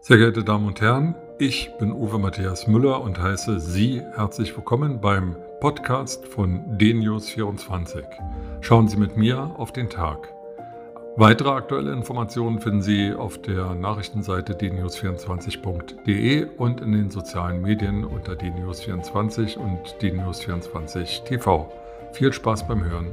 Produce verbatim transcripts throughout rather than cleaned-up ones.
Sehr geehrte Damen und Herren, ich bin Uwe Matthias Müller und heiße Sie herzlich willkommen beim Podcast von D News vierundzwanzig. Schauen Sie mit mir auf den Tag. Weitere aktuelle Informationen finden Sie auf der Nachrichtenseite d news vierundzwanzig punkt de und in den sozialen Medien unter d news vierundzwanzig und d news vierundzwanzig T V. Viel Spaß beim Hören.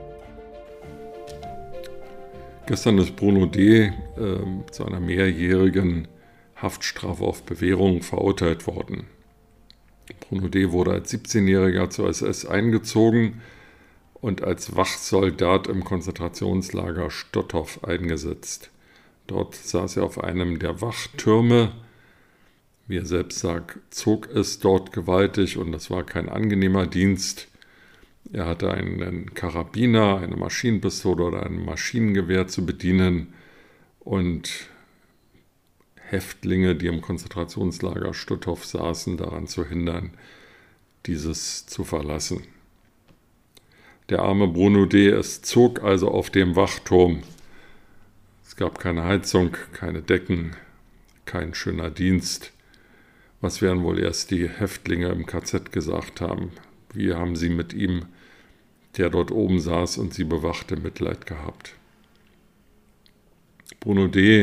Gestern ist Bruno D. Äh, zu einer mehrjährigen Haftstrafe auf Bewährung verurteilt worden. Bruno D. wurde als siebzehnjähriger zur S S eingezogen und als Wachsoldat im Konzentrationslager Stutthof eingesetzt. Dort saß er auf einem der Wachtürme. Wie er selbst sagt, zog es dort gewaltig und das war kein angenehmer Dienst. Er hatte einen Karabiner, eine Maschinenpistole oder ein Maschinengewehr zu bedienen und Häftlinge, die im Konzentrationslager Stutthof saßen, daran zu hindern, dieses zu verlassen. Der arme Bruno D. Es zog also auf dem Wachturm. Es gab keine Heizung, keine Decken, kein schöner Dienst. Was werden wohl erst die Häftlinge im K Z gesagt haben? Wie haben sie mit ihm, der dort oben saß und sie bewachte, Mitleid gehabt? Bruno D.,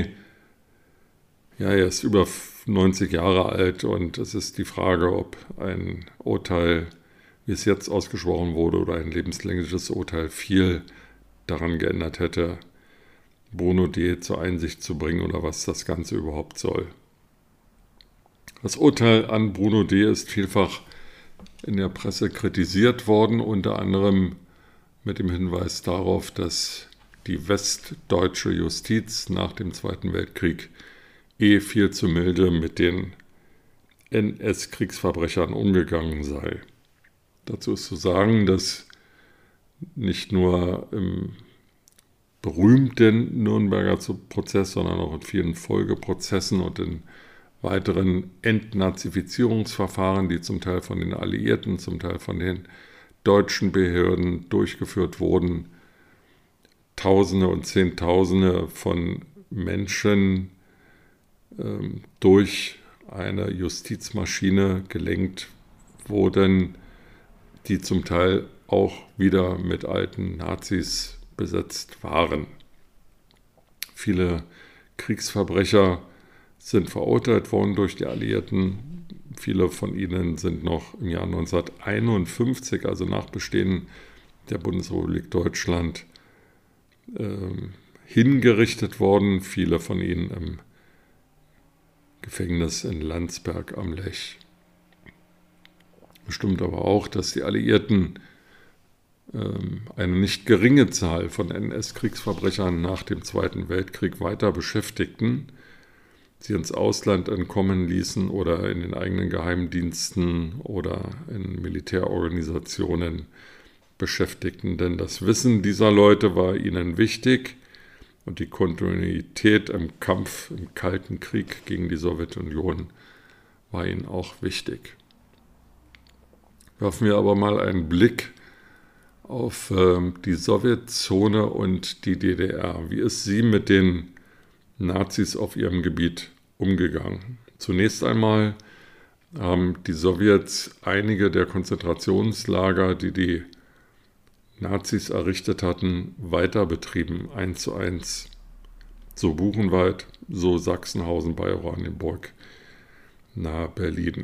ja, er ist über neunzig Jahre alt und es ist die Frage, ob ein Urteil, wie es jetzt ausgesprochen wurde, oder ein lebenslängliches Urteil viel daran geändert hätte, Bruno D. zur Einsicht zu bringen oder was das Ganze überhaupt soll. Das Urteil an Bruno D. ist vielfach in der Presse kritisiert worden, unter anderem mit dem Hinweis darauf, dass die westdeutsche Justiz nach dem Zweiten Weltkrieg eh viel zu milde mit den N S-Kriegsverbrechern umgegangen sei. Dazu ist zu sagen, dass nicht nur im berühmten Nürnberger Prozess, sondern auch in vielen Folgeprozessen und in weiteren Entnazifizierungsverfahren, die zum Teil von den Alliierten, zum Teil von den deutschen Behörden durchgeführt wurden, Tausende und Zehntausende von Menschen ähm, durch eine Justizmaschine gelenkt wurden, die zum Teil auch wieder mit alten Nazis besetzt waren. Viele Kriegsverbrecher sind verurteilt worden durch die Alliierten. Viele von ihnen sind noch im Jahr neunzehnhunderteinundfünfzig, also nach Bestehen der Bundesrepublik Deutschland, äh, hingerichtet worden. Viele von ihnen im Gefängnis in Landsberg am Lech. Bestimmt aber auch, dass die Alliierten äh, eine nicht geringe Zahl von N S-Kriegsverbrechern nach dem Zweiten Weltkrieg weiter beschäftigten, sie ins Ausland entkommen ließen oder in den eigenen Geheimdiensten oder in Militärorganisationen beschäftigten. Denn das Wissen dieser Leute war ihnen wichtig und die Kontinuität im Kampf im Kalten Krieg gegen die Sowjetunion war ihnen auch wichtig. Werfen wir aber mal einen Blick auf äh, die Sowjetzone und die D D R. Wie ist sie mit den Nazis auf ihrem Gebiet umgegangen? Zunächst einmal haben die Sowjets einige der Konzentrationslager, die die Nazis errichtet hatten, weiter betrieben, eins zu eins. So Buchenwald, so Sachsenhausen bei Oranienburg nahe Berlin.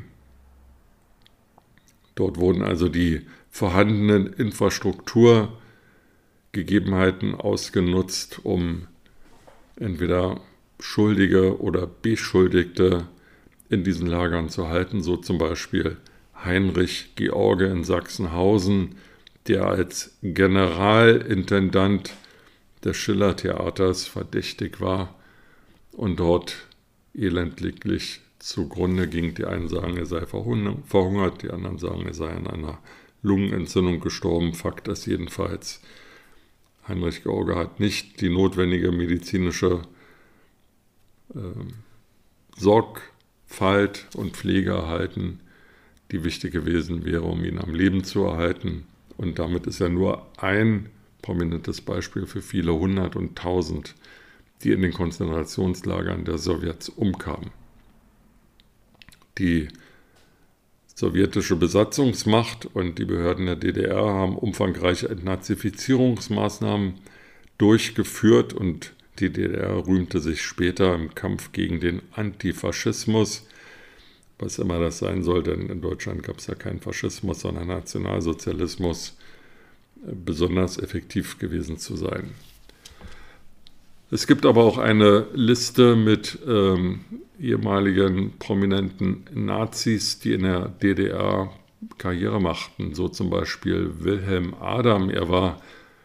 Dort wurden also die vorhandenen Infrastrukturgegebenheiten ausgenutzt, um entweder Schuldige oder Beschuldigte in diesen Lagern zu halten, so zum Beispiel Heinrich George in Sachsenhausen, der als Generalintendant des Schillertheaters verdächtig war und dort elendlich zugrunde ging. Die einen sagen, er sei verhungert, die anderen sagen, er sei an einer Lungenentzündung gestorben. Fakt ist jedenfalls, Heinrich George hat nicht die notwendige medizinische äh, Sorgfalt und Pflege erhalten, die wichtig gewesen wäre, um ihn am Leben zu erhalten. Und damit ist er nur ein prominentes Beispiel für viele hundert und tausend, die in den Konzentrationslagern der Sowjets umkamen. Die sowjetische Besatzungsmacht und die Behörden der D D R haben umfangreiche Entnazifizierungsmaßnahmen durchgeführt und die D D R rühmte sich später im Kampf gegen den Antifaschismus, was immer das sein soll, denn in Deutschland gab es ja keinen Faschismus, sondern Nationalsozialismus, besonders effektiv gewesen zu sein. Es gibt aber auch eine Liste mit ähm, ehemaligen prominenten Nazis, die in der D D R Karriere machten, so zum Beispiel Wilhelm Adam. Er war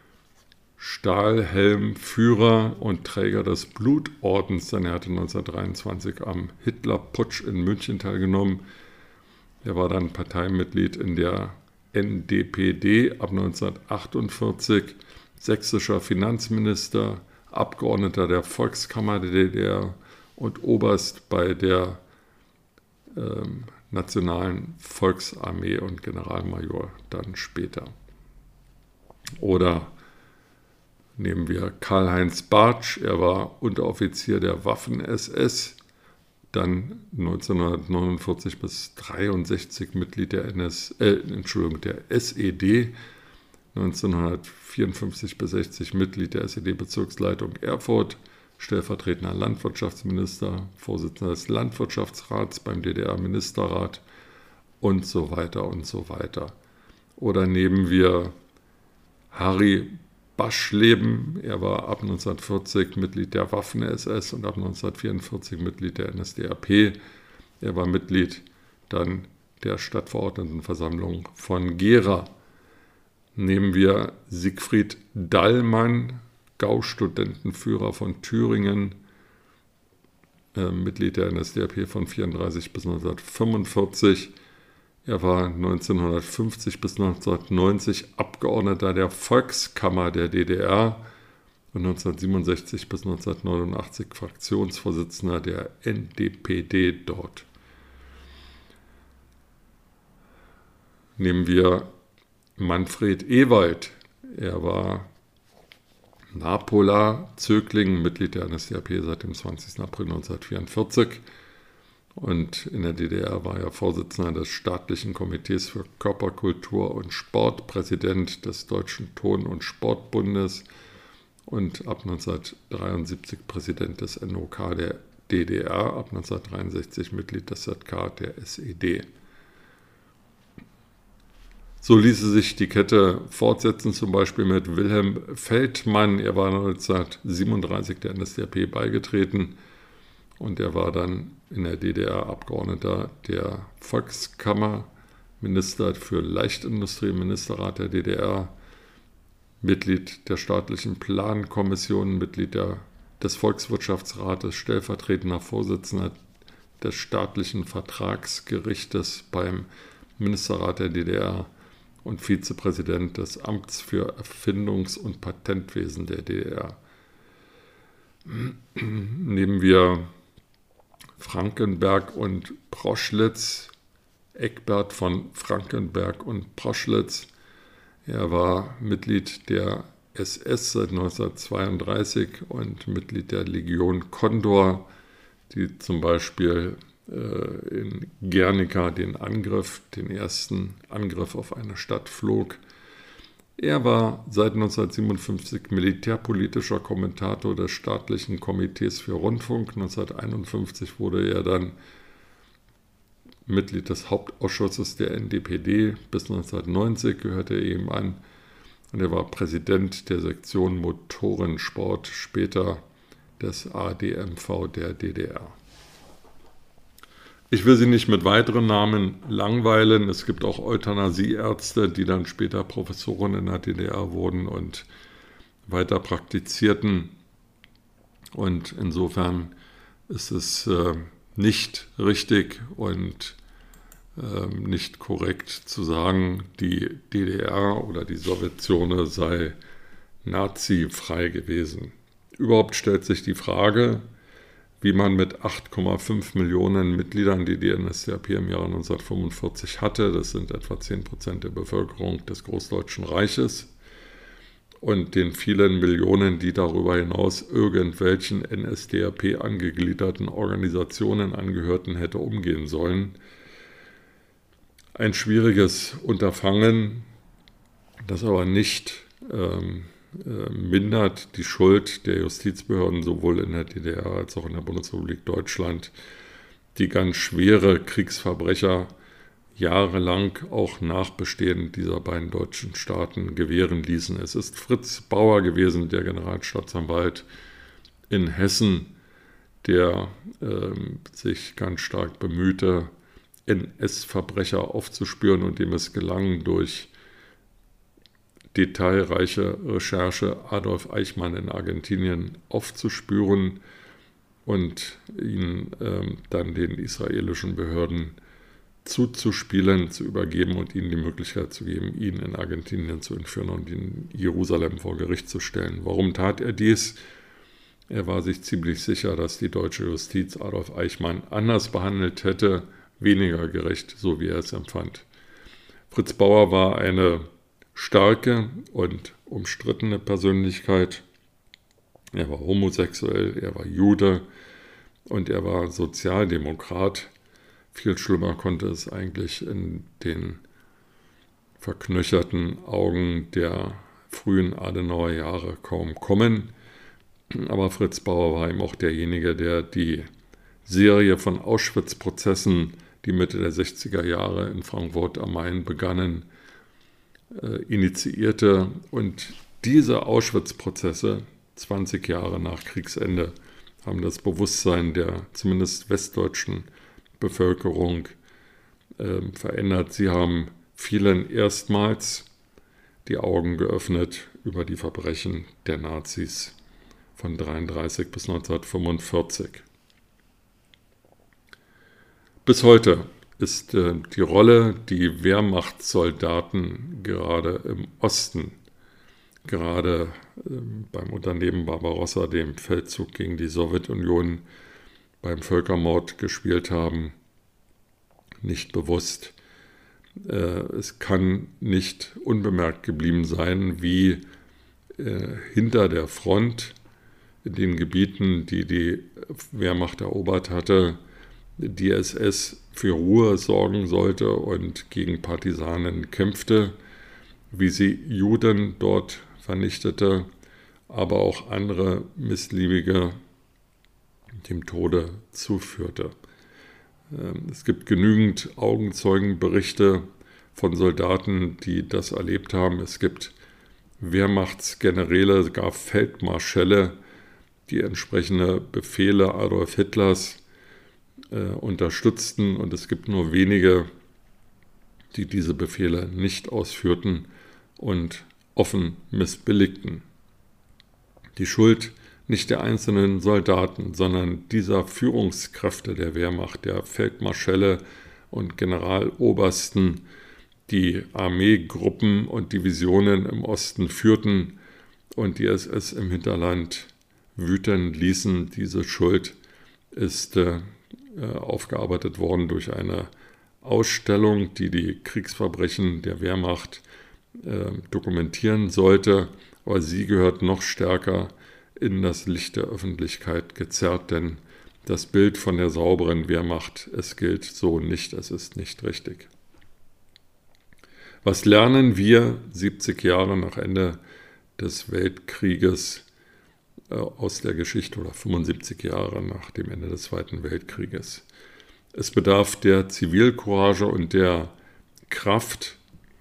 Stahlhelmführer und Träger des Blutordens, denn er hatte neunzehnhundertdreiundzwanzig am Hitlerputsch in München teilgenommen. Er war dann Parteimitglied in der N D P D ab neunzehnhundertachtundvierzig, sächsischer Finanzminister, Abgeordneter der Volkskammer der D D R und Oberst bei der ähm, Nationalen Volksarmee und Generalmajor dann später. Oder nehmen wir Karl-Heinz Bartsch, er war Unteroffizier der Waffen-S S, dann neunzehnhundertneunundvierzig bis dreiundsechzig Mitglied der, N S, äh, Entschuldigung, der S E D, neunzehnhundertvierundfünfzig bis sechzig Mitglied der S E D-Bezirksleitung Erfurt, stellvertretender Landwirtschaftsminister, Vorsitzender des Landwirtschaftsrats beim D D R-Ministerrat und so weiter und so weiter. Oder nehmen wir Harry Baschleben, er war ab neunzehnhundertvierzig Mitglied der Waffen-S S und ab neunzehnhundertvierundvierzig Mitglied der N S D A P. Er war Mitglied dann der Stadtverordnetenversammlung von Gera. Nehmen wir Siegfried Dallmann, Gaustudentenführer von Thüringen, äh, Mitglied der N S D A P von vierunddreißig bis neunzehnhundertfünfundvierzig. Er war neunzehnhundertfünfzig bis neunzehnhundertneunzig Abgeordneter der Volkskammer der D D R und neunzehnhundertsiebenundsechzig bis neunzehnhundertneunundachtzig Fraktionsvorsitzender der N D P D dort. Nehmen wir Manfred Ewald. Er war Napola-Zögling, Mitglied der N S D A P seit dem zwanzigsten April neunzehnhundertvierundvierzig. Und in der D D R war er Vorsitzender des Staatlichen Komitees für Körperkultur und Sport, Präsident des Deutschen Ton- und Sportbundes und ab neunzehnhundertdreiundsiebzig Präsident des N O K der D D R, ab neunzehnhundertdreiundsechzig Mitglied des Z K der S E D. So ließe sich die Kette fortsetzen, zum Beispiel mit Wilhelm Feldmann. Er war neunzehnhundertsiebenunddreißig der N S D A P beigetreten und er war dann in der D D R Abgeordneter der Volkskammer, Minister für Leichtindustrie im Ministerrat der D D R, Mitglied der staatlichen Plankommission, Mitglied der, des Volkswirtschaftsrates, stellvertretender Vorsitzender des staatlichen Vertragsgerichtes beim Ministerrat der D D R und Vizepräsident des Amts für Erfindungs- und Patentwesen der D D R. Nehmen wir Frankenberg und Proschlitz, Eckbert von Frankenberg und Proschlitz. Er war Mitglied der S S seit neunzehnhundertzweiunddreißig und Mitglied der Legion Condor, die zum Beispiel äh, in Guernica den Angriff, den ersten Angriff auf eine Stadt flog. Er war seit neunzehnhundertsiebenundfünfzig militärpolitischer Kommentator des Staatlichen Komitees für Rundfunk. neunzehnhunderteinundfünfzig wurde er dann Mitglied des Hauptausschusses der N D P D. Bis neunzehnhundertneunzig gehörte er ihm an und er war Präsident der Sektion Motorensport, später des A D M V der D D R. Ich will Sie nicht mit weiteren Namen langweilen. Es gibt auch Euthanasieärzte, die dann später Professoren in der D D R wurden und weiter praktizierten. Und insofern ist es äh, nicht richtig und äh, nicht korrekt zu sagen, die D D R oder die Sowjetzone sei nazifrei gewesen. Überhaupt stellt sich die Frage, wie man mit acht Komma fünf Millionen Mitgliedern, die die N S D A P im Jahre neunzehnhundertfünfundvierzig hatte, das sind etwa zehn Prozent der Bevölkerung des Großdeutschen Reiches, und den vielen Millionen, die darüber hinaus irgendwelchen N S D A P angegliederten Organisationen angehörten, hätte umgehen sollen. Ein schwieriges Unterfangen, das aber nicht ähm, äh, mindert die Schuld der Justizbehörden sowohl in der D D R als auch in der Bundesrepublik Deutschland, die ganz schwere Kriegsverbrecher jahrelang auch nach Bestehen dieser beiden deutschen Staaten gewähren ließen. Es ist Fritz Bauer gewesen, der Generalstaatsanwalt in Hessen, der äh, sich ganz stark bemühte, N S-Verbrecher aufzuspüren und dem es gelang, durch detailreiche Recherche Adolf Eichmann in Argentinien aufzuspüren und ihn äh, dann den israelischen Behörden zuzuspielen, zu übergeben und ihnen die Möglichkeit zu geben, ihn in Argentinien zu entführen und in Jerusalem vor Gericht zu stellen. Warum tat er dies? Er war sich ziemlich sicher, dass die deutsche Justiz Adolf Eichmann anders behandelt hätte, weniger gerecht, so wie er es empfand. Fritz Bauer war eine starke und umstrittene Persönlichkeit. Er war homosexuell, er war Jude und er war Sozialdemokrat. Viel schlimmer konnte es eigentlich in den verknöcherten Augen der frühen Adenauer Jahre kaum kommen. Aber Fritz Bauer war eben auch derjenige, der die Serie von Auschwitz-Prozessen, die Mitte der sechziger Jahre in Frankfurt am Main begannen, äh, initiierte. Und diese Auschwitz-Prozesse, zwanzig Jahre nach Kriegsende, haben das Bewusstsein der zumindest westdeutschen Bevölkerung äh, verändert. Sie haben vielen erstmals die Augen geöffnet über die Verbrechen der Nazis von neunzehnhundertdreiunddreißig bis neunzehnhundertfünfundvierzig. Bis heute ist äh, die Rolle, die Wehrmachtssoldaten gerade im Osten, gerade äh, beim Unternehmen Barbarossa, dem Feldzug gegen die Sowjetunion, beim Völkermord gespielt haben, nicht bewusst. Es kann nicht unbemerkt geblieben sein, wie hinter der Front in den Gebieten, die die Wehrmacht erobert hatte, die S S für Ruhe sorgen sollte und gegen Partisanen kämpfte, wie sie Juden dort vernichtete, aber auch andere missliebige dem Tode zuführte. Es gibt genügend Augenzeugenberichte von Soldaten, die das erlebt haben. Es gibt Wehrmachtsgeneräle, gar Feldmarschälle, die entsprechende Befehle Adolf Hitlers äh, unterstützten. Und es gibt nur wenige, die diese Befehle nicht ausführten und offen missbilligten. Die Schuld nicht der einzelnen Soldaten, sondern dieser Führungskräfte der Wehrmacht, der Feldmarschälle und Generalobersten, die Armeegruppen und Divisionen im Osten führten und die S S im Hinterland wüten ließen. Diese Schuld ist äh, aufgearbeitet worden durch eine Ausstellung, die die Kriegsverbrechen der Wehrmacht äh, dokumentieren sollte, aber sie gehört noch stärker in das Licht der Öffentlichkeit gezerrt, denn das Bild von der sauberen Wehrmacht, es gilt so nicht, es ist nicht richtig. Was lernen wir siebzig Jahre nach Ende des Weltkrieges äh, aus der Geschichte oder fünfundsiebzig Jahre nach dem Ende des Zweiten Weltkrieges? Es bedarf der Zivilcourage und der Kraft,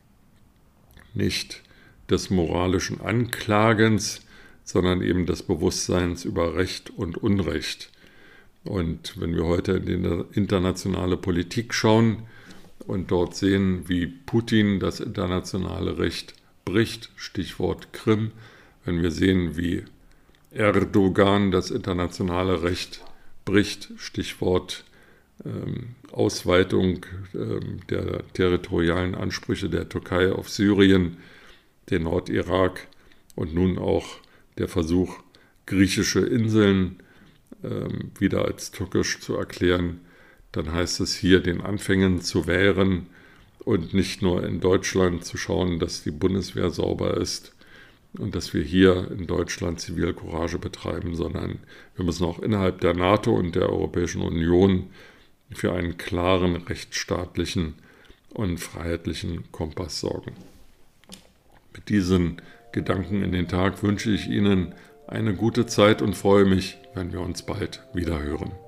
nicht des moralischen Anklagens, sondern eben des Bewusstseins über Recht und Unrecht. Und wenn wir heute in die internationale Politik schauen und dort sehen, wie Putin das internationale Recht bricht, Stichwort Krim, wenn wir sehen, wie Erdogan das internationale Recht bricht, Stichwort ähm, Ausweitung ähm, der territorialen Ansprüche der Türkei auf Syrien, den Nordirak und nun auch der Versuch, griechische Inseln ähm, wieder als türkisch zu erklären, dann heißt es hier, den Anfängen zu wehren und nicht nur in Deutschland zu schauen, dass die Bundeswehr sauber ist, und dass wir hier in Deutschland Zivilcourage betreiben, sondern wir müssen auch innerhalb der NATO und der Europäischen Union für einen klaren rechtsstaatlichen und freiheitlichen Kompass sorgen. Mit diesen Gedanken in den Tag wünsche ich Ihnen eine gute Zeit und freue mich, wenn wir uns bald wieder hören.